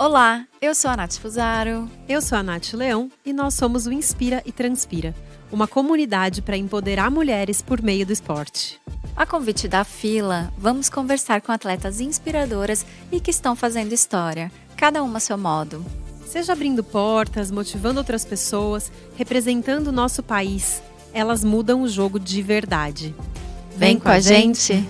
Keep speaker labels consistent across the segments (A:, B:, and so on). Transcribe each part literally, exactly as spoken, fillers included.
A: Olá, eu sou a Nath Fusaro.
B: Eu sou a Nath Leão e nós somos o Inspira e Transpira, uma comunidade para empoderar mulheres por meio do esporte.
A: A convite da Fila, vamos conversar com atletas inspiradoras e que estão fazendo história, cada uma a seu modo.
B: Seja abrindo portas, motivando outras pessoas, representando o nosso país, elas mudam o jogo de verdade.
A: Vem, Vem com a gente! gente.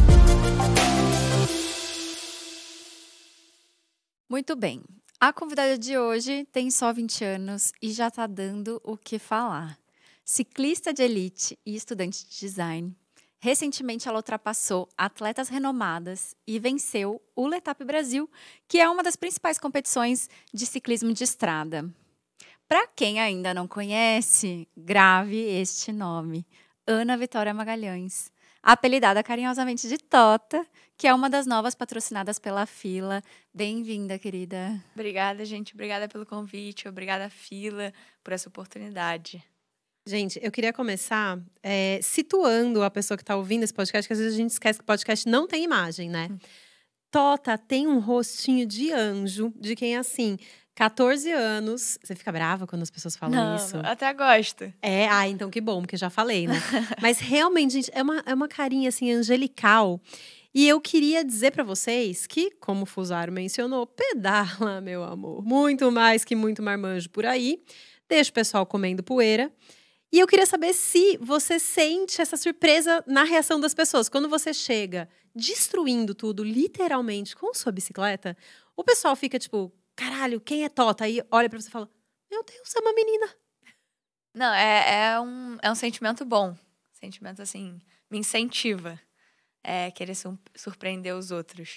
A: Muito bem, a convidada de hoje tem só vinte anos e já está dando o que falar. Ciclista de elite e estudante de design. Recentemente ela ultrapassou atletas renomadas e venceu o Letap Brasil, que é uma das principais competições de ciclismo de estrada. Para quem ainda não conhece, grave este nome, Ana Vitória Magalhães, apelidada carinhosamente de Tota, que é uma das novas patrocinadas pela Fila. Bem-vinda, querida.
C: Obrigada, gente. Obrigada pelo convite. Obrigada, Fila, por essa oportunidade.
B: Gente, eu queria começar é, situando a pessoa que está ouvindo esse podcast, que às vezes a gente esquece que o podcast não tem imagem, né? Hum. Tota tem um rostinho de anjo, de quem, assim, catorze anos... Você fica brava quando as pessoas falam
C: não,
B: isso?
C: Até gosto.
B: É, ah, então que bom, porque já falei, né? Mas realmente, gente, é uma, é uma carinha, assim, angelical. E eu queria dizer pra vocês que, como o Fusaro mencionou, pedala, meu amor. Muito mais que muito marmanjo por aí. Deixa o pessoal comendo poeira. E eu queria saber se você sente essa surpresa na reação das pessoas. Quando você chega destruindo tudo, literalmente, com sua bicicleta, o pessoal fica tipo, caralho, quem é Tota? Aí olha pra você e fala, meu Deus, é uma menina.
C: Não, é, é, um, é um sentimento bom. Sentimento, assim, me incentiva. É querer surpreender os outros.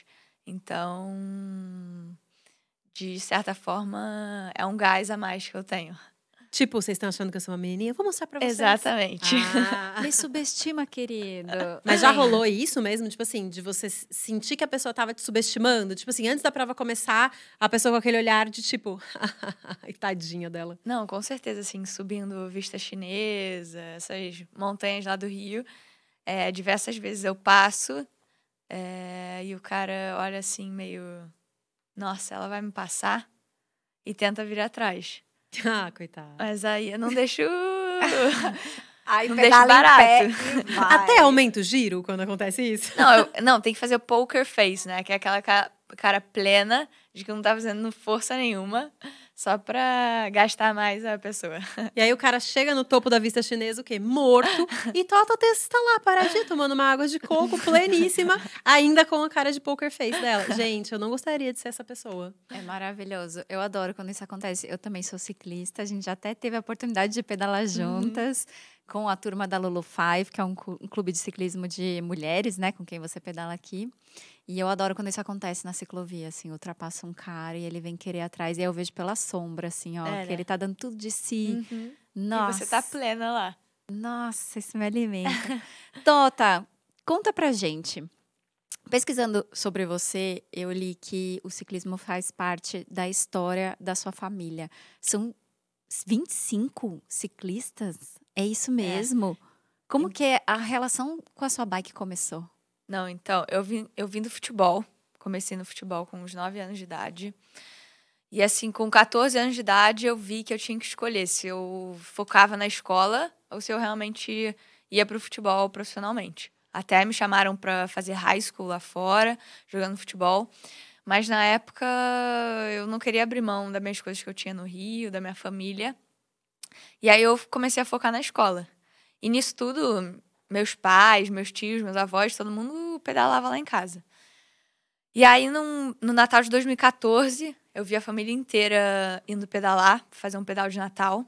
C: Então, de certa forma, é um gás a mais que eu tenho.
B: Tipo, vocês estão achando que eu sou uma menininha? Vou mostrar pra vocês.
C: Exatamente.
A: Ah. Me subestima, querido.
B: Mas já rolou isso mesmo? Tipo assim, de você sentir que a pessoa tava te subestimando? Tipo assim, antes da prova começar, a pessoa com aquele olhar de tipo... tadinha dela.
C: Não, com certeza, assim, subindo Vista Chinesa, essas montanhas lá do Rio. É, diversas vezes eu passo é, e o cara olha assim meio... Nossa, ela vai me passar? E tenta vir atrás.
B: Ah, coitada.
C: Mas aí eu não deixo...
A: Aí
C: não deixo barato.
B: Até aumenta o giro quando acontece isso?
C: Não, eu, não, tem que fazer o poker face, né? Que é aquela cara, cara plena de que não tá fazendo força nenhuma. Só pra gastar mais a pessoa.
B: E aí o cara chega no topo da Vista Chinesa, o quê? Morto. E Tota está lá, paradinha, tomando uma água de coco, pleníssima. Ainda com a cara de poker face dela. Gente, eu não gostaria de ser essa pessoa.
A: É maravilhoso. Eu adoro quando isso acontece. Eu também sou ciclista. A gente já até teve a oportunidade de pedalar juntas. Uhum. Com a turma da Lulu Five, que é um clube de ciclismo de mulheres, né? Com quem você pedala aqui. E eu adoro quando isso acontece na ciclovia, assim, ultrapassa um cara e ele vem querer atrás. E aí eu vejo pela sombra, assim, ó, é, que né? Ele tá dando tudo de si.
C: Uhum.
A: Nossa.
C: E você tá plena lá.
A: Nossa, isso me alimenta. Tota, conta pra gente. Pesquisando sobre você, eu li que o ciclismo faz parte da história da sua família. São vinte e cinco ciclistas? É isso mesmo? É. Como que a relação com a sua bike começou?
C: Não, então, eu vim, eu vim do futebol. Comecei no futebol com uns nove anos de idade. E assim, com catorze anos de idade, eu vi que eu tinha que escolher se eu focava na escola ou se eu realmente ia pro futebol profissionalmente. Até me chamaram para fazer high school lá fora, jogando futebol. Mas na época, eu não queria abrir mão das minhas coisas que eu tinha no Rio, da minha família. E aí eu comecei a focar na escola. E nisso tudo, meus pais, meus tios, meus avós, todo mundo pedalava lá em casa. E aí, no, no Natal de dois mil e catorze, eu vi a família inteira indo pedalar, fazer um pedal de Natal.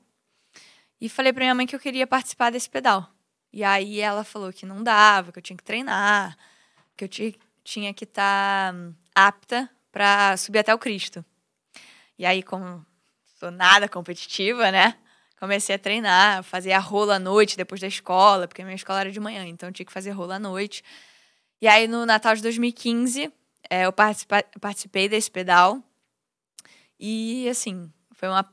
C: E falei pra minha mãe que eu queria participar desse pedal. E aí ela falou que não dava, que eu tinha que treinar, que eu tinha, tinha que estar tá apta pra subir até o Cristo. E aí, como sou nada competitiva, né? Comecei a treinar, fazer a rola à noite depois da escola, porque a minha escola era de manhã, então eu tinha que fazer rola à noite. E aí, no Natal de dois mil e quinze, é, eu participa- participei desse pedal. E, assim, foi uma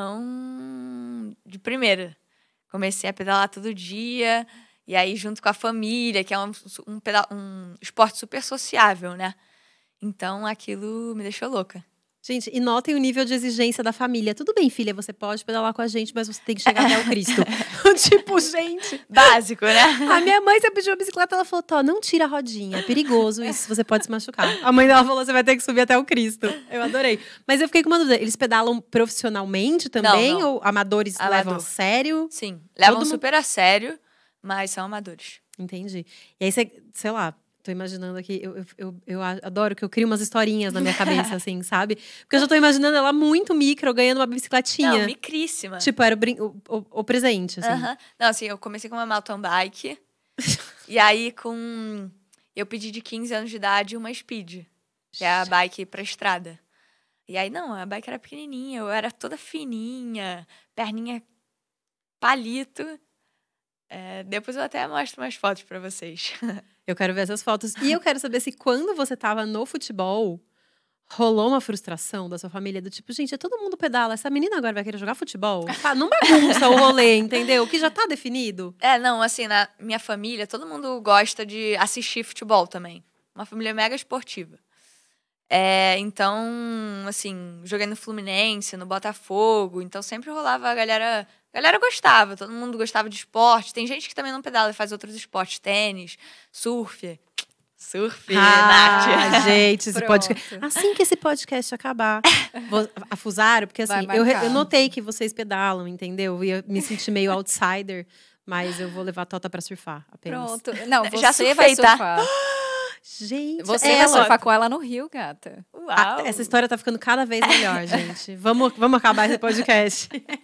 C: paixão de primeira. Comecei a pedalar todo dia, e aí junto com a família, que é um, um, pedal, um esporte super sociável, né? Então, aquilo me deixou louca.
B: Gente, e notem o nível de exigência da família. Tudo bem, filha, você pode pedalar com a gente, mas você tem que chegar até o Cristo. Tipo, gente...
C: Básico, né?
B: A minha mãe, você pediu uma bicicleta, ela falou, Tó, não tira a rodinha, é perigoso isso, você pode se machucar. A mãe dela falou, você vai ter que subir até o Cristo. Eu adorei. Mas eu fiquei com uma dúvida, eles pedalam profissionalmente também?
C: Não, não.
B: Ou amadores
C: Amador.
B: levam a sério?
C: Sim, levam
B: Todo mundo-
C: super a sério, mas são amadores.
B: Entendi. E aí você, sei lá, tô imaginando aqui, eu, eu, eu, eu adoro que eu crio umas historinhas na minha cabeça, assim, sabe? Porque eu já tô imaginando ela muito micro, ganhando uma bicicletinha.
C: Não, micríssima.
B: Tipo, era o, brin- o, o, o presente, assim.
C: Aham. Não, assim, eu comecei com uma mountain bike. E aí, com... Eu pedi de quinze anos de idade uma Speed. Que é a bike pra estrada. E aí, não, a bike era pequenininha. Eu era toda fininha. Perninha palito. É, depois eu até mostro umas fotos pra vocês.
B: Eu quero ver essas fotos. E eu quero saber se quando você tava no futebol, rolou uma frustração da sua família, do tipo, gente, todo mundo pedala, essa menina agora vai querer jogar futebol? Tá, não bagunça o rolê, entendeu? Que já tá definido.
C: É, não, assim, na minha família, todo mundo gosta de assistir futebol também. Uma família mega esportiva. É, então, assim, joguei no Fluminense, no Botafogo, então sempre rolava a galera... A galera gostava, todo mundo gostava de esporte. Tem gente que também não pedala e faz outros esportes, tênis, surf. Surf,
B: Ah,
C: Nath.
B: gente, esse
A: Pronto.
B: podcast... Assim que esse podcast acabar, vou afusar, porque assim,
A: Vai
B: eu, re-
A: marcar.
B: eu notei que vocês pedalam, entendeu? E eu me senti meio outsider, mas eu vou levar a Tota pra surfar, apenas.
A: Pronto. Não, você
C: Já
A: vai
C: surfei, tá?
A: surfar.
B: Gente,
A: Você
B: ela...
A: vai surfar com ela no Rio, gata.
C: Uau!
B: Ah, essa história tá ficando cada vez melhor, gente. Vamos, vamos acabar esse podcast.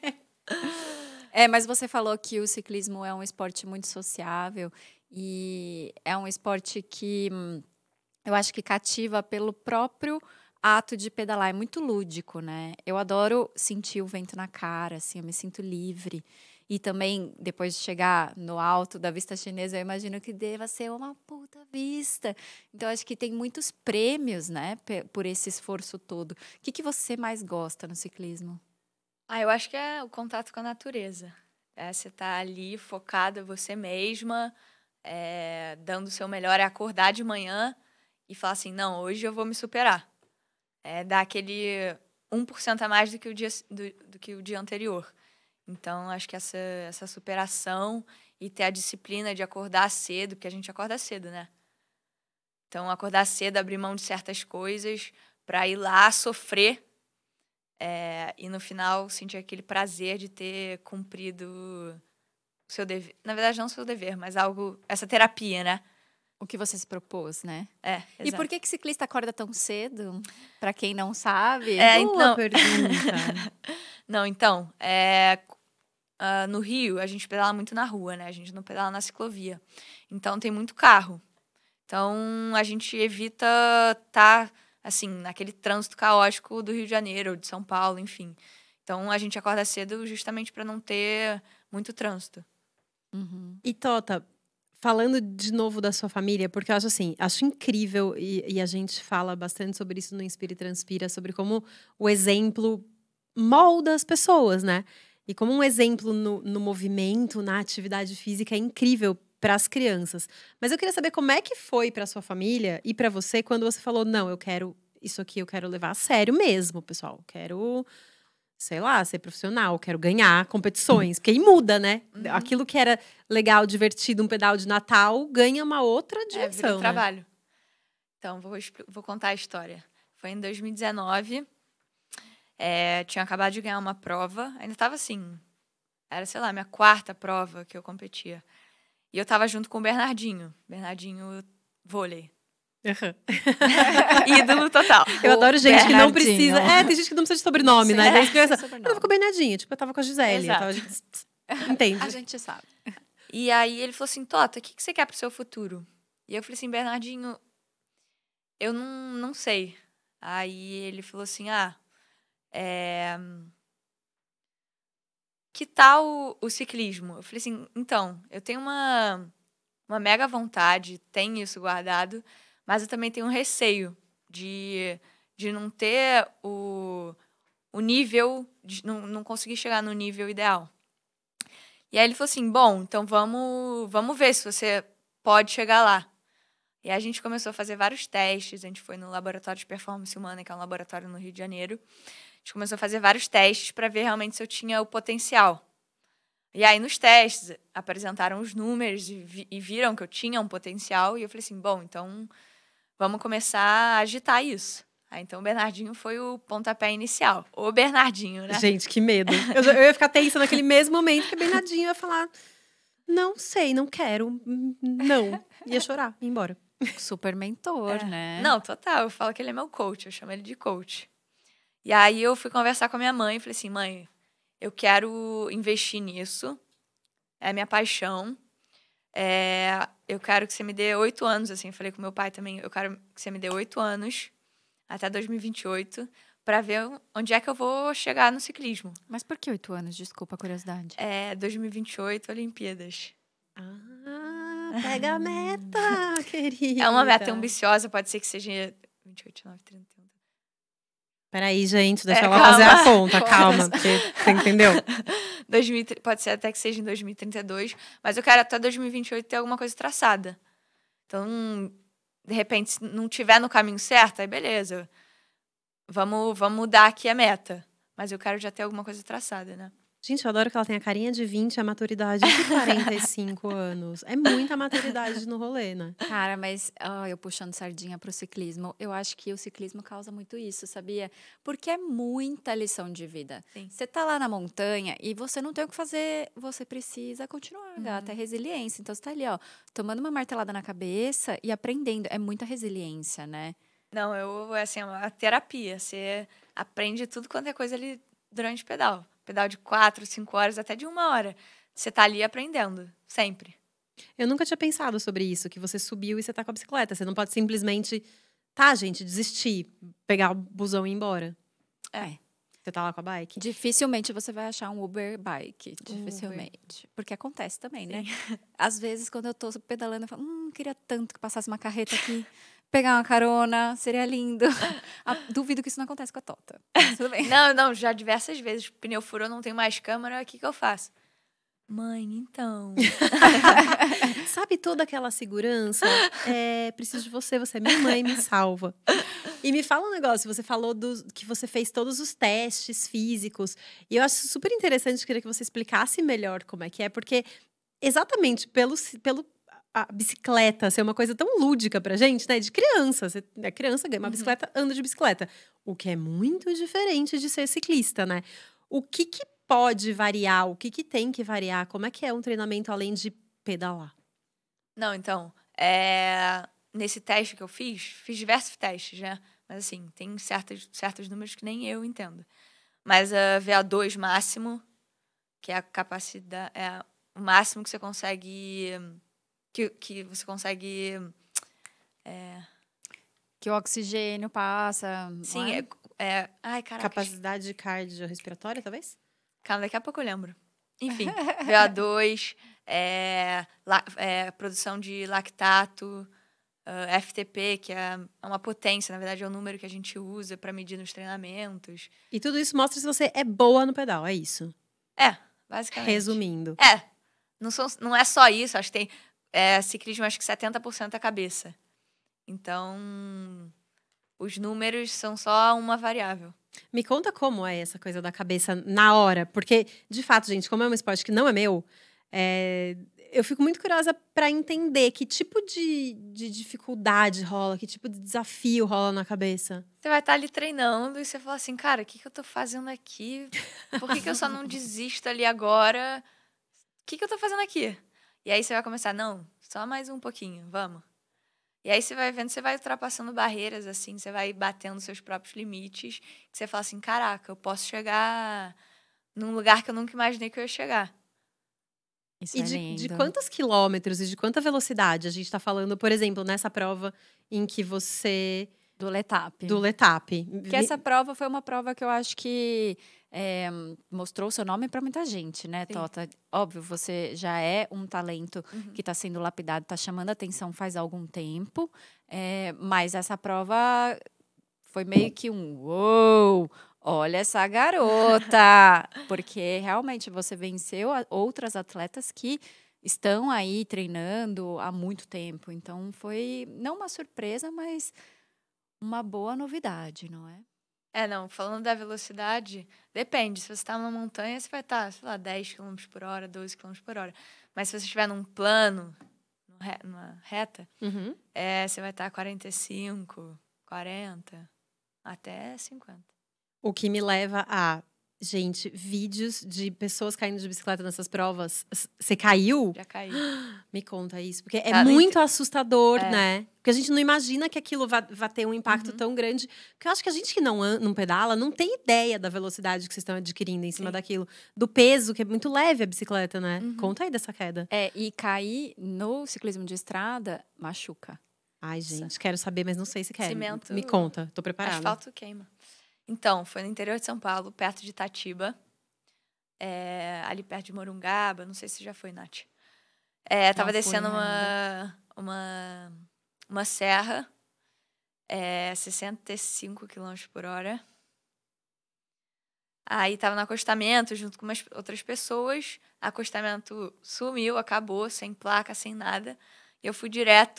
A: É, mas você falou que o ciclismo é um esporte muito sociável e é um esporte que hum, eu acho que cativa pelo próprio ato de pedalar. É muito lúdico, né? Eu adoro sentir o vento na cara, assim, eu me sinto livre. E também, depois de chegar no alto da vista chinesa, eu imagino que deva ser uma puta vista. Então, acho que tem muitos prêmios, né, pe- por esse esforço todo. O que, que você mais gosta no ciclismo?
C: Ah, eu acho que é o contato com a natureza. É, você tá ali focada você mesma, é, dando o seu melhor, é acordar de manhã e falar assim, não, hoje eu vou me superar. É dar aquele um por cento a mais do que o dia, do, do que o dia anterior. Então, acho que essa, essa superação e ter a disciplina de acordar cedo, porque a gente acorda cedo, né? Então, acordar cedo, abrir mão de certas coisas para ir lá sofrer é, e, no final, sentir aquele prazer de ter cumprido o seu dever. Na verdade, não o seu dever, mas algo... Essa terapia, né?
A: O que você se propôs, né?
C: É,
A: E por
C: exato.
A: que que ciclista acorda tão cedo? Pra quem não sabe.
C: É,
B: Boa
C: não,
B: pergunta.
C: não, então, é, ah, no Rio, a gente pedala muito na rua, né? A gente não pedala na ciclovia. Então, tem muito carro. Então, a gente evita estar, assim, naquele trânsito caótico do Rio de Janeiro, ou de São Paulo, enfim. Então, a gente acorda cedo justamente para não ter muito trânsito.
A: Uhum.
B: E Tota, falando de novo da sua família, porque eu acho assim, acho incrível, e, e a gente fala bastante sobre isso no Inspira e Transpira, sobre como o exemplo molda as pessoas, né? E como um exemplo no, no movimento, na atividade física é incrível para as crianças. Mas eu queria saber como é que foi para sua família e para você quando você falou, não, eu quero isso aqui, eu quero levar a sério mesmo, pessoal. Quero, sei lá, ser profissional, quero ganhar competições. Porque aí muda, né?
C: Uhum.
B: Aquilo que era legal, divertido, um pedal de Natal, ganha uma outra
C: É,
B: dimensão,
C: vira um
B: né?
C: trabalho. Então, vou, expli- vou contar a história. Foi em dois mil e dezenove. É, tinha acabado de ganhar uma prova. Ainda estava assim... Era, sei lá, minha quarta prova que eu competia. E eu estava junto com o Bernardinho. Bernardinho vôlei. Ídolo total.
B: Eu adoro gente que não
A: Bernardinho.
B: precisa. É, tem gente que não precisa de sobrenome,
A: Sim,
B: né?
A: é,
B: Daí as crianças,
A: sem sobrenome.
B: eu tava com o Bernardinho, tipo, eu tava com a Gisele. Eu tava,
C: Exato.
B: entende?
A: A gente sabe.
C: E aí ele falou assim, Tota, o que, que você quer pro seu futuro? E eu falei assim, Bernardinho, eu não, não sei. Aí ele falou assim, ah, é... que tal o, o ciclismo? Eu falei assim, então, eu tenho uma, uma mega vontade, tenho isso guardado, mas eu também tenho um receio de, de não ter o, o nível, de não, não conseguir chegar no nível ideal. E aí ele falou assim, bom, então vamos, vamos ver se você pode chegar lá. E a gente começou a fazer vários testes. A gente foi no Laboratório de Performance Humana, que é um laboratório no Rio de Janeiro. A gente começou a fazer vários testes para ver realmente se eu tinha o potencial. E aí, nos testes, apresentaram os números e, vi, e viram que eu tinha um potencial. E eu falei assim, bom, então vamos começar a agitar isso. Aí, então, o Bernardinho foi o pontapé inicial. O Bernardinho, né?
B: Gente, que medo. Eu, já- eu ia ficar tensa naquele mesmo momento que o Bernardinho ia falar, não sei, não quero, hum, não. Ia chorar, ia embora.
A: Super mentor,
C: É.
A: né?
C: Não, total. Eu falo que ele é meu coach. Eu chamo ele de coach. E aí, eu fui conversar com a minha mãe e falei assim, mãe, eu quero investir nisso. É a minha paixão. É, eu quero que você me dê oito anos, assim. Eu falei com meu pai também. Eu quero que você me dê oito anos, até dois mil e vinte e oito, para ver onde é que eu vou chegar no ciclismo.
A: Mas por que oito anos? Desculpa a curiosidade.
C: É dois mil e vinte e oito, Olimpíadas.
B: Ah, pega a meta, querida.
C: É uma meta ambiciosa, pode ser que seja vinte e oito, nove, trinta.
B: Peraí, gente, deixa
C: É,
B: ela
C: calma.
B: fazer a conta, calma, porque você entendeu?
C: dois mil, pode ser até que seja em dois mil e trinta e dois, mas eu quero até dois mil e vinte e oito ter alguma coisa traçada. Então, de repente, se não tiver no caminho certo, aí beleza. Vamos, vamos mudar aqui a meta. Mas eu quero já ter alguma coisa traçada, né?
B: Gente, eu adoro que ela tem a carinha de vinte e a maturidade de quarenta e cinco anos. É muita maturidade no rolê, né?
A: Cara, mas ah, eu puxando sardinha pro ciclismo, eu acho que o ciclismo causa muito isso, sabia? Porque é muita lição de vida.
C: Sim.
A: Você tá lá na montanha e você não tem o que fazer, você precisa continuar,
C: Uhum.
A: gata, é resiliência. Então você tá ali, ó, tomando uma martelada na cabeça e aprendendo. É muita resiliência, né?
C: Não, eu, assim, é uma terapia. Você aprende tudo quanto é coisa ali durante o pedal. Pedal de quatro, cinco horas, até de uma hora. Você tá ali aprendendo, sempre.
B: Eu nunca tinha pensado sobre isso, que você subiu e você tá com a bicicleta. Você não pode simplesmente, tá, gente, desistir, pegar o busão e ir embora.
A: É.
B: Você tá lá com a bike.
A: Dificilmente você vai achar um Uber bike. Dificilmente. Porque acontece também, né? Às vezes, quando eu tô pedalando, eu falo, hum, queria tanto que passasse uma carreta aqui. Pegar uma carona, seria lindo. Ah, duvido que isso não acontece com a Tota. Mas tudo bem.
C: Não, não, já diversas vezes. Pneu furou, não tenho mais câmera, o que que eu faço? Mãe, então...
B: Sabe toda aquela segurança? É, preciso de você, você é minha mãe, me salva. E me fala um negócio, você falou dos, que você fez todos os testes físicos. E eu acho super interessante, queria que você explicasse melhor como é que é, porque exatamente pelo, pelo a bicicleta ser uma coisa tão lúdica pra gente, né? De criança. Você é criança, ganha uma bicicleta, anda de bicicleta. O que é muito diferente de ser ciclista, né? O que que pode variar? O que que tem que variar? Como é que é um treinamento além de pedalar?
C: Não, então, é... nesse teste que eu fiz, fiz diversos testes, né? Mas assim, tem certos, certos números que nem eu entendo. Mas a V A dois máximo, que é a capacidade, é o máximo que você consegue, que, que você consegue, é...
A: Que o oxigênio passa.
C: sim,
A: não é?
C: é, é, ai, caraca,
B: Capacidade cardiorrespiratória, talvez?
C: calma, daqui a pouco eu lembro. Enfim, V A dois, é, la, é, produção de lactato, uh, F T P, que é uma potência, na verdade é o número que a gente usa para medir nos treinamentos.
B: E tudo isso mostra se você é boa no pedal, é isso?
C: É, basicamente.
B: Resumindo.
C: É, não, são, não é só isso, acho que tem é, ciclismo, acho que setenta por cento é cabeça. Então, os números são só uma variável.
B: Me conta como é essa coisa da cabeça na hora. Porque, de fato, gente, como é um esporte que não é meu, é, eu fico muito curiosa para entender que tipo de, de dificuldade rola, que tipo de desafio rola na cabeça.
C: Você vai estar ali treinando e você fala assim, cara, o que, que eu tô fazendo aqui? Por que, que eu só não desisto ali agora? O que, que eu tô fazendo aqui? E aí você vai começar, não, só mais um pouquinho, vamos. E aí você vai vendo, você vai ultrapassando barreiras, assim, você vai batendo seus próprios limites, que você fala assim, caraca, eu posso chegar num lugar que eu nunca imaginei que eu ia chegar.
A: Isso
B: E
A: é
B: de,
A: lindo.
B: de quantos quilômetros e de quanta velocidade a gente tá falando, por exemplo, nessa prova em que você...
A: Do Letap.
B: Do Letap.
A: Que essa prova foi uma prova que eu acho que é, mostrou o seu nome para muita gente, né,
C: Sim.
A: Tota? Óbvio, você já é um talento
C: Uhum.
A: que está sendo lapidado, está chamando atenção faz algum tempo, é, mas essa prova foi meio que um uou, olha essa garota! Porque realmente você venceu a- outras atletas que estão aí treinando há muito tempo. Então, foi não uma surpresa, mas uma boa novidade, não é?
C: É, não, falando da velocidade, depende. Se você tá numa montanha, você vai estar, sei lá, dez quilômetros por hora, doze quilômetros por hora. Mas se você estiver num plano, num re- numa reta,
B: Uhum.
C: é, você vai estar quarenta e cinco, quarenta, até cinquenta.
B: O que me leva a, gente, vídeos de pessoas caindo de bicicleta nessas provas. S- Você caiu?
C: Já caí.
B: Me conta isso, porque é
C: Tá, não
B: muito
C: ente-
B: assustador,
C: É.
B: né? Porque a gente não imagina que aquilo vai, vai ter um impacto
C: Uhum.
B: tão grande. Porque eu acho que a gente que não, an- não pedala não tem ideia da velocidade que vocês estão adquirindo em cima
C: Sim.
B: daquilo. Do peso, que é muito leve a bicicleta, né?
C: Uhum.
B: Conta aí dessa queda.
A: É, e cair no ciclismo de estrada machuca.
B: Ai, gente, quero saber, mas não sei se quer.
C: Cimento-
B: Me conta, tô preparada.
C: Asfalto queima. Então, foi no interior de São Paulo, perto de Itatiba. É, ali perto de Morungaba. Não sei se já foi, Nath. É, tava
A: Não fui
C: descendo uma,
A: ainda.
C: uma, uma serra. É, sessenta e cinco quilômetros por hora. Aí tava no acostamento junto com umas outras pessoas. Acostamento sumiu, acabou, sem placa, sem nada. E eu fui direto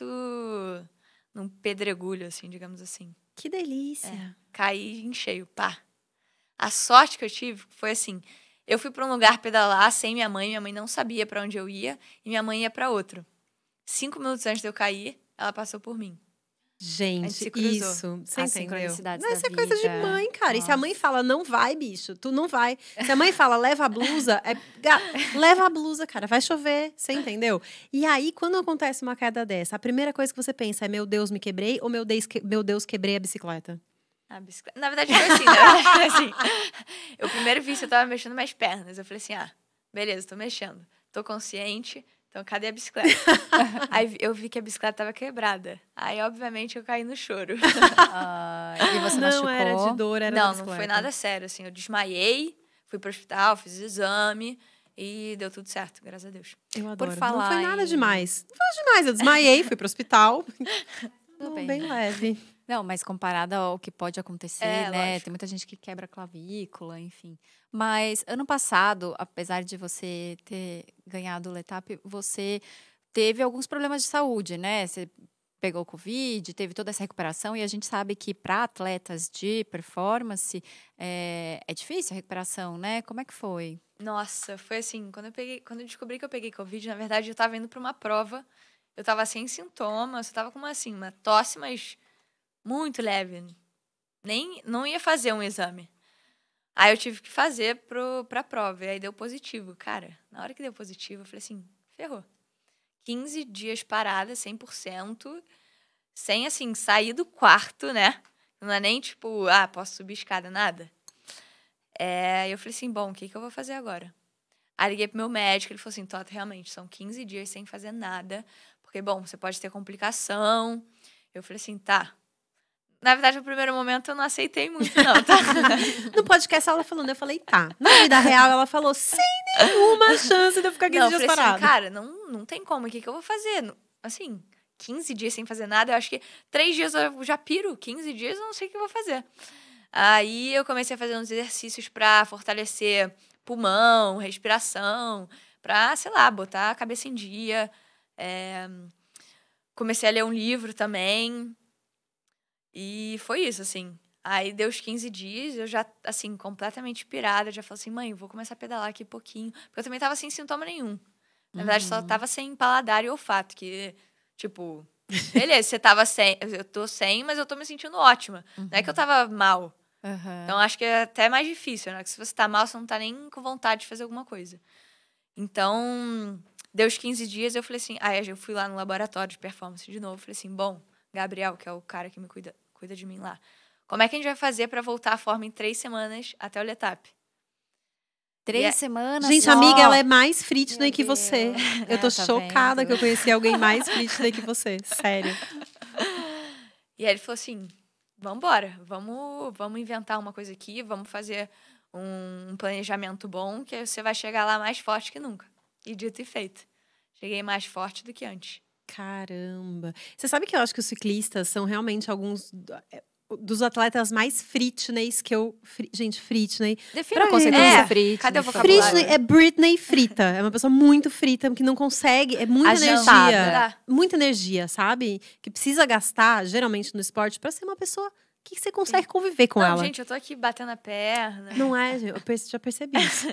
C: num pedregulho, assim, digamos assim.
B: Que delícia.
C: É, caí em cheio, pá. A sorte que eu tive foi assim, eu fui pra um lugar pedalar sem minha mãe, minha mãe não sabia pra onde eu ia, e minha mãe ia pra outro. Cinco minutos antes de eu cair, ela passou por mim. A gente
B: Gente,
C: se cruzou.
B: isso. Você
A: As
B: entendeu?
A: sincronicidades
B: Não,
A: da
B: isso é coisa de
A: vida.
B: mãe, cara. E se a mãe
A: Nossa.
B: fala, não vai, bicho, tu não vai. Se a mãe fala, leva a blusa, é, ga- leva a blusa, cara, vai chover. Você entendeu? E aí, quando acontece uma queda dessa, a primeira coisa que você pensa é, meu Deus, me quebrei? Ou meu Deus, que- meu Deus quebrei a bicicleta?
C: A bicicleta. Na verdade, foi assim, né? Foi assim. Eu primeiro vi se eu tava mexendo minhas pernas. Eu falei assim, ah, beleza, tô mexendo. Tô consciente, então cadê a bicicleta? Aí vi- eu vi que a bicicleta tava quebrada. Aí, obviamente, eu caí no choro.
A: Ah, e você
B: não
A: machucou?
B: era de dor, era da
C: Não, não
B: bicicleta.
C: foi nada sério, assim. Eu desmaiei, fui pro hospital, fiz exame e deu tudo certo, graças a Deus.
B: Eu adoro. Não
A: falar
B: foi nada
A: em-
B: demais. Não foi demais, eu desmaiei, fui pro hospital.
A: Tudo
B: Não,
A: bem.
B: bem leve.
A: Não, mas comparado ao que pode acontecer,
C: É,
A: né?
C: lógico.
A: Tem muita gente que quebra clavícula, enfim. Mas ano passado, apesar de você ter ganhado o Letap, você teve alguns problemas de saúde, né? Você pegou Covid, teve toda essa recuperação, e a gente sabe que para atletas de performance é, é difícil a recuperação, né? Como é que foi?
C: Nossa, foi assim, quando eu peguei, quando eu descobri que eu peguei Covid, na verdade, eu tava indo pra uma prova. Eu tava sem sintomas, eu tava com uma, assim, uma tosse, mas muito leve. Nem, não ia fazer um exame. Aí eu tive que fazer pro, pra prova, e aí deu positivo. Cara, na hora que deu positivo, eu falei assim, ferrou. quinze dias parada, cem por cento, sem, assim, sair do quarto, né? Não é nem tipo, ah, posso subir escada, nada. É, eu falei assim, bom, o que, que eu vou fazer agora? Aí liguei pro meu médico, ele falou assim, Tota, realmente, são quinze dias sem fazer nada, porque, bom, você pode ter complicação. Eu falei assim, tá. Na verdade, no primeiro momento, eu não aceitei muito, não, tá?
B: No podcast, ela falando, eu falei, tá. Na vida real, ela falou, sem nenhuma chance de eu ficar quinze
C: Não, eu
B: dias
C: falei
B: parada.
C: assim, cara, não, não tem como, o que, que eu vou fazer? Não- Assim, quinze dias sem fazer nada, eu acho que três dias eu já piro, quinze dias eu não sei o que eu vou fazer. Aí eu comecei a fazer uns exercícios pra fortalecer pulmão, respiração, pra, sei lá, botar a cabeça em dia. É, comecei a ler um livro também. E foi isso, assim. Aí deu os quinze dias, eu já, assim, completamente pirada. Já falei assim, mãe, vou começar a pedalar aqui um pouquinho. Porque eu também tava sem sintoma nenhum. Na verdade, só
A: Uhum.
C: tava sem paladar e olfato. Que, tipo, beleza, você tava sem. Eu tô sem, mas eu tô me sentindo ótima. Não é que eu tava mal.
A: Aham.
C: Então, acho que é até mais difícil, né? Porque se você tá mal, você não tá nem com vontade de fazer alguma coisa. Então, deu os quinze dias, eu falei assim... Aí eu fui lá no laboratório de performance de novo. Falei assim, bom, Gabriel, que é o cara que me cuida, cuida de mim lá. Como é que a gente vai fazer pra voltar à forma em três semanas até o Letap?
A: Três
C: E é-
A: semanas
B: Gente,
A: só.
B: amiga, ela é mais fitness
A: Meu
B: que você.
A: Deus.
B: Eu tô
A: É, tá
B: chocada
A: vendo?
B: que eu conheci alguém mais fitness que você. Sério.
C: E aí ele falou assim, vambora, vamos, vamos inventar uma coisa aqui, vamos fazer um, um planejamento bom, que aí você vai chegar lá mais forte que nunca. E dito e feito. Cheguei mais forte do que antes.
B: Caramba. Você sabe que eu acho que os ciclistas são realmente alguns. dos atletas mais fitness que eu… Fri, gente, fitness…
A: Defina
B: Pra
A: o conceito
C: é,
A: de frita.
C: cadê o vocabulário?
B: Fitness é Britney frita. É uma pessoa muito frita, que não consegue… É muita
A: Agitada.
B: energia. Muita energia, sabe? Que precisa gastar, geralmente, no esporte, pra ser uma pessoa que você consegue Sim. conviver com
C: não,
B: ela.
C: Gente, eu tô aqui batendo a perna.
B: Não é, eu perce- já percebi isso.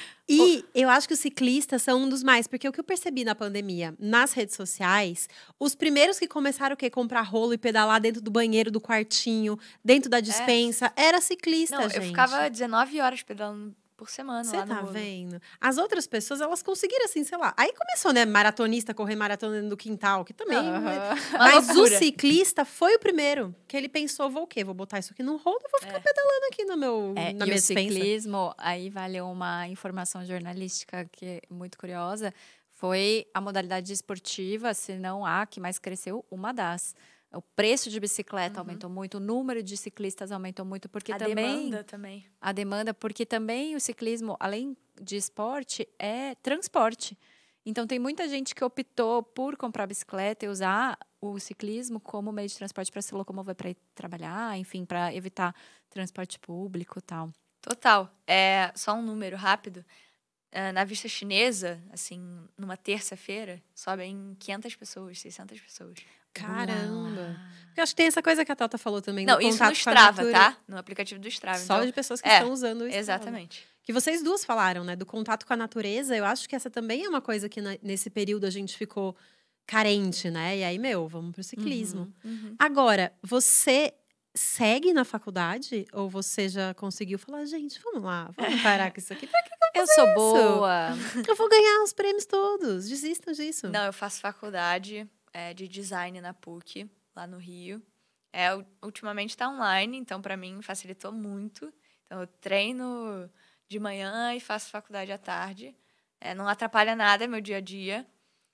B: E eu acho que os ciclistas são um dos mais, porque o que eu percebi na pandemia, nas redes sociais, os primeiros que começaram o quê? Comprar rolo e pedalar dentro do banheiro do quartinho, dentro da dispensa, é. era ciclista,
C: Não,
B: gente.
C: eu ficava dezenove horas pedalando por semana
B: Você
C: lá no
B: tá
C: rolo.
B: vendo? As outras pessoas, elas conseguiram, assim, sei lá. Aí começou, né, maratonista, correr maratona dentro do quintal, que também…
A: Uhum.
B: né?
C: Uma
B: Mas
C: loucura.
B: o ciclista foi o primeiro, que ele pensou, vou o quê? Vou botar isso aqui no rolo e vou ficar
C: É.
B: pedalando aqui no meu,
A: É,
B: na
A: e
B: minha
A: o
B: dispensa.
A: ciclismo, aí vale uma informação jornalística que é muito curiosa, foi a modalidade esportiva, se não a que mais cresceu, uma das. O preço de bicicleta
C: Uhum.
A: aumentou muito, o número de ciclistas aumentou muito, porque
C: A
A: também…
C: demanda também.
A: A demanda, porque também o ciclismo, além de esporte, é transporte. Então, tem muita gente que optou por comprar bicicleta e usar o ciclismo como meio de transporte para se locomover para ir trabalhar, enfim, para evitar transporte público e tal.
C: Total. É, só um número rápido. É, na vista chinesa, assim, numa terça-feira, sobem quinhentas pessoas, seiscentas pessoas.
B: Caramba. Porque eu acho que tem essa coisa que a Tata falou também.
C: Não,
B: do
C: isso
B: contato
C: no
B: com a
C: Strava,
B: natureza.
C: tá? No aplicativo do Strava.
B: Só
C: então,
B: de pessoas que
C: é,
B: estão usando o Strava.
C: Exatamente.
B: Que vocês duas falaram, né? Do contato com a natureza. Eu acho que essa também é uma coisa que na- nesse período a gente ficou carente, né? E aí, meu, vamos pro ciclismo.
A: Uhum.
C: Uhum.
B: Agora, você segue na faculdade? Ou você já conseguiu falar, gente, vamos lá, vamos parar com isso aqui. Pra que que
A: Eu sou
B: isso?
A: boa.
B: eu vou ganhar os prêmios todos? Desistam disso.
C: Não, eu faço faculdade é, de design na P U C, lá no Rio. É, u- ultimamente tá online, então para mim facilitou muito. Então eu treino de manhã e faço faculdade à tarde. É, não atrapalha nada meu dia a dia.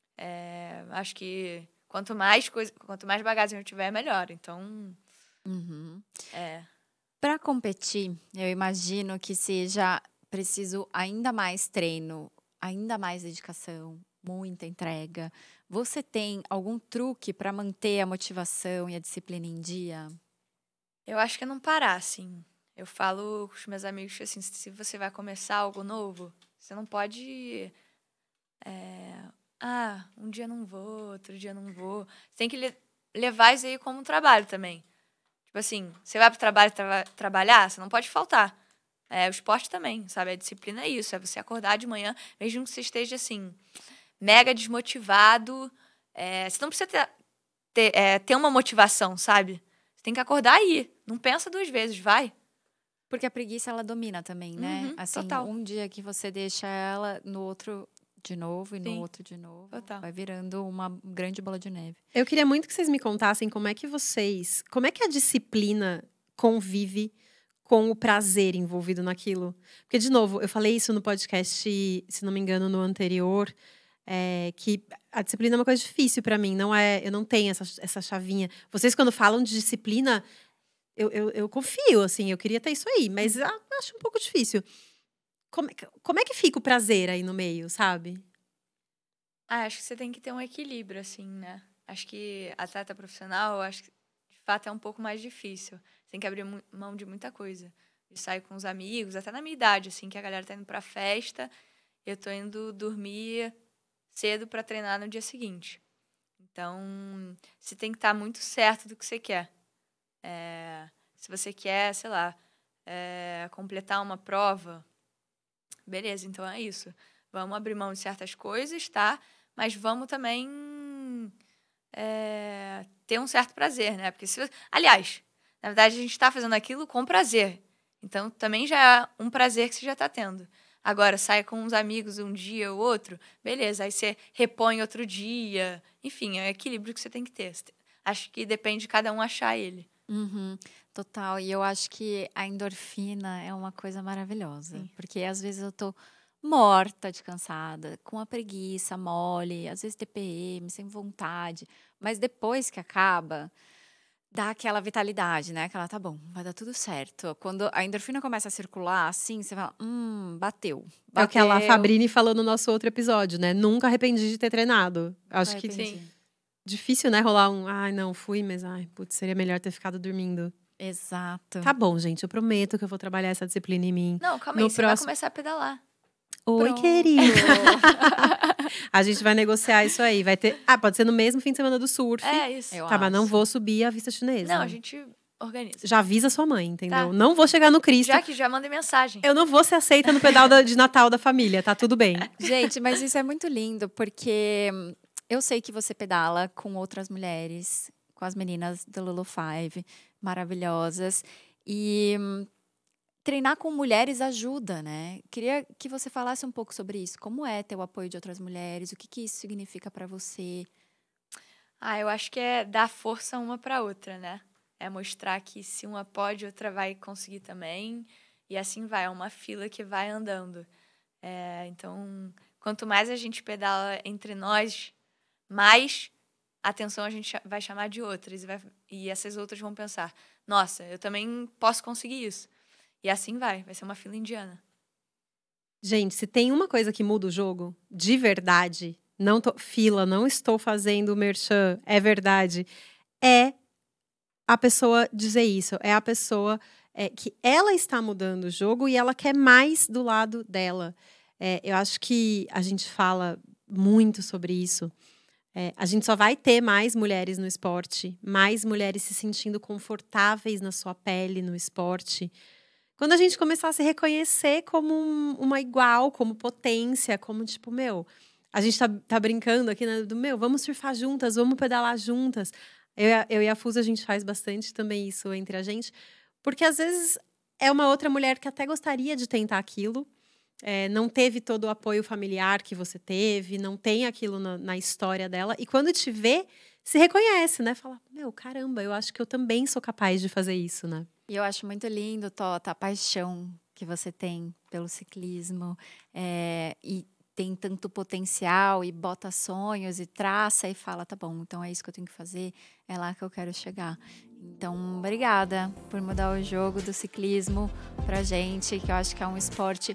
C: É, acho que quanto mais coisa, quanto mais bagagem eu tiver, melhor. Então,
A: Uhum.
C: é.
A: Para competir, eu imagino que seja preciso ainda mais treino, ainda mais dedicação, muita entrega. Você tem algum truque para manter a motivação e a disciplina em dia?
C: Eu acho que é não parar, assim. Eu falo com os meus amigos que, assim, se você vai começar algo novo, você não pode… é, ah, um dia não vou, outro dia não vou. Você tem que le- levar isso aí como um trabalho também. Tipo assim, você vai pro trabalho trava- trabalhar, você não pode faltar. É, o esporte também, sabe? A disciplina é isso, é você acordar de manhã, mesmo que você esteja, assim, mega desmotivado. é, você não precisa ter, ter, é, ter uma motivação, sabe? Você tem que acordar aí. Não pensa duas vezes, vai.
A: Porque a preguiça, ela domina também, né?
C: Uhum,
A: Assim,
C: total.
A: um dia que você deixa ela, no outro de novo e
C: Sim,
A: no outro de novo,
C: total.
A: vai virando uma grande bola de neve.
B: Eu queria muito que vocês me contassem como é que vocês… Como é que a disciplina convive com o prazer envolvido naquilo? Porque, de novo, eu falei isso no podcast, se não me engano, no anterior, é, que a disciplina é uma coisa difícil pra mim. Não é, eu não tenho essa, essa chavinha. Vocês, quando falam de disciplina, eu, eu, eu confio, assim, eu queria ter isso aí, mas eu acho um pouco difícil. Como, é que- como é que fica o prazer aí no meio, sabe?
C: Ah, acho que você tem que ter um equilíbrio, assim, né? Acho que atleta profissional, eu acho que de fato é um pouco mais difícil. Você tem que abrir mu- mão de muita coisa. Eu saio com os amigos, até na minha idade, assim, que a galera tá indo pra festa, eu tô indo dormir cedo pra treinar no dia seguinte. Então, você tem que estar muito certo do que você quer. É, se você quer, sei lá, é, completar uma prova, beleza, então é isso. Vamos abrir mão de certas coisas, tá? Mas vamos também é, ter um certo prazer, né? Porque se, aliás, na verdade, a gente está fazendo aquilo com prazer. Então, também já é um prazer que você já está tendo. Agora, sai com uns amigos um dia ou outro, beleza, aí você repõe outro dia. Enfim, é o equilíbrio que você tem que ter. Acho que depende de cada um achar ele.
A: Uhum, total. E eu acho que a endorfina é uma coisa maravilhosa.
C: Sim.
A: Porque às vezes eu tô morta de cansada, com a preguiça mole, às vezes T P M, sem vontade. Mas depois que acaba, dá aquela vitalidade, né? Aquela, tá bom, vai dar tudo certo. Quando a endorfina começa a circular, assim, você fala, hum, bateu.
B: É o que a La
A: bateu.
B: Fabrini falou no nosso outro episódio, né? Nunca arrependi de ter treinado. Acho que
A: Arrependi.
C: Sim.
B: difícil, né? Rolar um, ai, não, fui, mas ai, putz, seria melhor ter ficado dormindo.
A: Exato.
B: Tá bom, gente, eu prometo que eu vou trabalhar essa disciplina em mim.
C: Não, calma
B: No
C: aí, você
B: próximo-
C: vai começar a pedalar.
B: Oi,
A: Pronto.
B: querido. A gente vai negociar isso aí. Vai ter. Ah, pode ser no mesmo fim de semana do surf.
C: É isso.
A: Eu
B: Tá, mas não
A: acho.
B: vou subir a vista chinesa.
C: Não, a gente organiza.
B: Já avisa sua mãe, entendeu?
C: Tá.
B: Não vou chegar no Cristo.
C: Já que já mandei mensagem.
B: Eu não vou ser aceita no pedal da- de Natal da família, tá tudo bem.
A: Gente, mas isso é muito lindo, porque hum, eu sei que você pedala com outras mulheres, com as meninas do Lulu Five, maravilhosas. E hum, treinar com mulheres ajuda, né? Queria que você falasse um pouco sobre isso. Como é ter o apoio de outras mulheres? O que, que isso significa para você?
C: Ah, eu acho que é dar força uma pra outra, né? É mostrar que se uma pode, outra vai conseguir também. E assim vai, é uma fila que vai andando. É, então, quanto mais a gente pedala entre nós, mais atenção a gente cha- vai chamar de outras. E, vai- e essas outras vão pensar, nossa, eu também posso conseguir isso. E assim vai, vai ser uma fila indiana.
B: Gente, se tem uma coisa que muda o jogo, de verdade, não tô, fila, não estou fazendo merchan, é verdade, é a pessoa dizer isso, é a pessoa é, que ela está mudando o jogo e ela quer mais do lado dela. É, eu acho que a gente fala muito sobre isso. É, a gente só vai ter mais mulheres no esporte, mais mulheres se sentindo confortáveis na sua pele no esporte, quando a gente começar a se reconhecer como um- uma igual, como potência, como tipo, meu, a gente tá, tá brincando aqui, né, do meu, vamos surfar juntas, vamos pedalar juntas. Eu, e a- eu e a Fusa, a gente faz bastante também isso entre a gente, porque às vezes é uma outra mulher que até gostaria de tentar aquilo, é, não teve todo o apoio familiar que você teve, não tem aquilo na, na história dela, e quando te vê, se reconhece, né? Fala, meu, caramba, eu acho que eu também sou capaz de fazer isso, né?
A: E eu acho muito lindo, Tota, a paixão que você tem pelo ciclismo. é, e tem tanto potencial e bota sonhos e traça e fala, tá bom, então é isso que eu tenho que fazer, é lá que eu quero chegar. Então, obrigada por mudar o jogo do ciclismo pra gente, que eu acho que é um esporte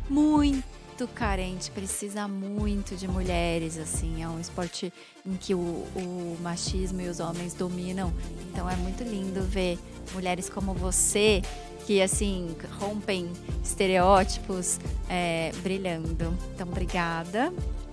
A: muito carente, precisa muito de mulheres, assim, é um esporte em que o, o machismo e os homens dominam. Então é muito lindo ver mulheres como você, que assim, rompem estereótipos, é, brilhando. Então, obrigada.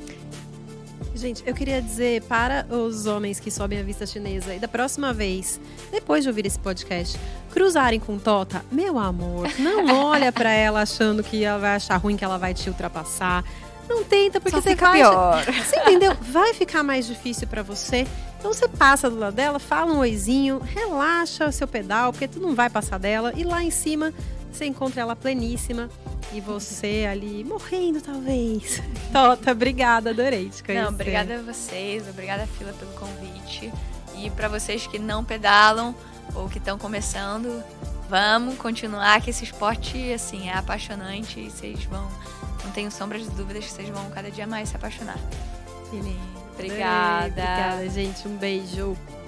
B: Gente, eu queria dizer para os homens que sobem a vista chinesa e da próxima vez, depois de ouvir esse podcast, cruzarem com Tota, meu amor, não olha pra ela achando que ela vai achar ruim, que ela vai te ultrapassar. Não tenta, porque
A: Só
B: você
A: fica
B: vai...
A: pior.
B: Você entendeu? Vai ficar mais difícil pra você. Então você passa do lado dela, fala um oizinho, relaxa o seu pedal, porque tu não vai passar dela. E lá em cima, você encontra ela pleníssima. E você ali morrendo, talvez. Tota, obrigada, adorei te conhecer.
C: Não, obrigada a vocês, obrigada, Fila, pelo convite. E para vocês que não pedalam ou que estão começando, vamos continuar, que esse esporte, assim, é apaixonante e vocês vão, não tenho sombras de dúvidas que vocês vão cada dia mais se apaixonar.
B: Que lindo.
C: Obrigada.
B: Adorei. Obrigada, gente. Um beijo.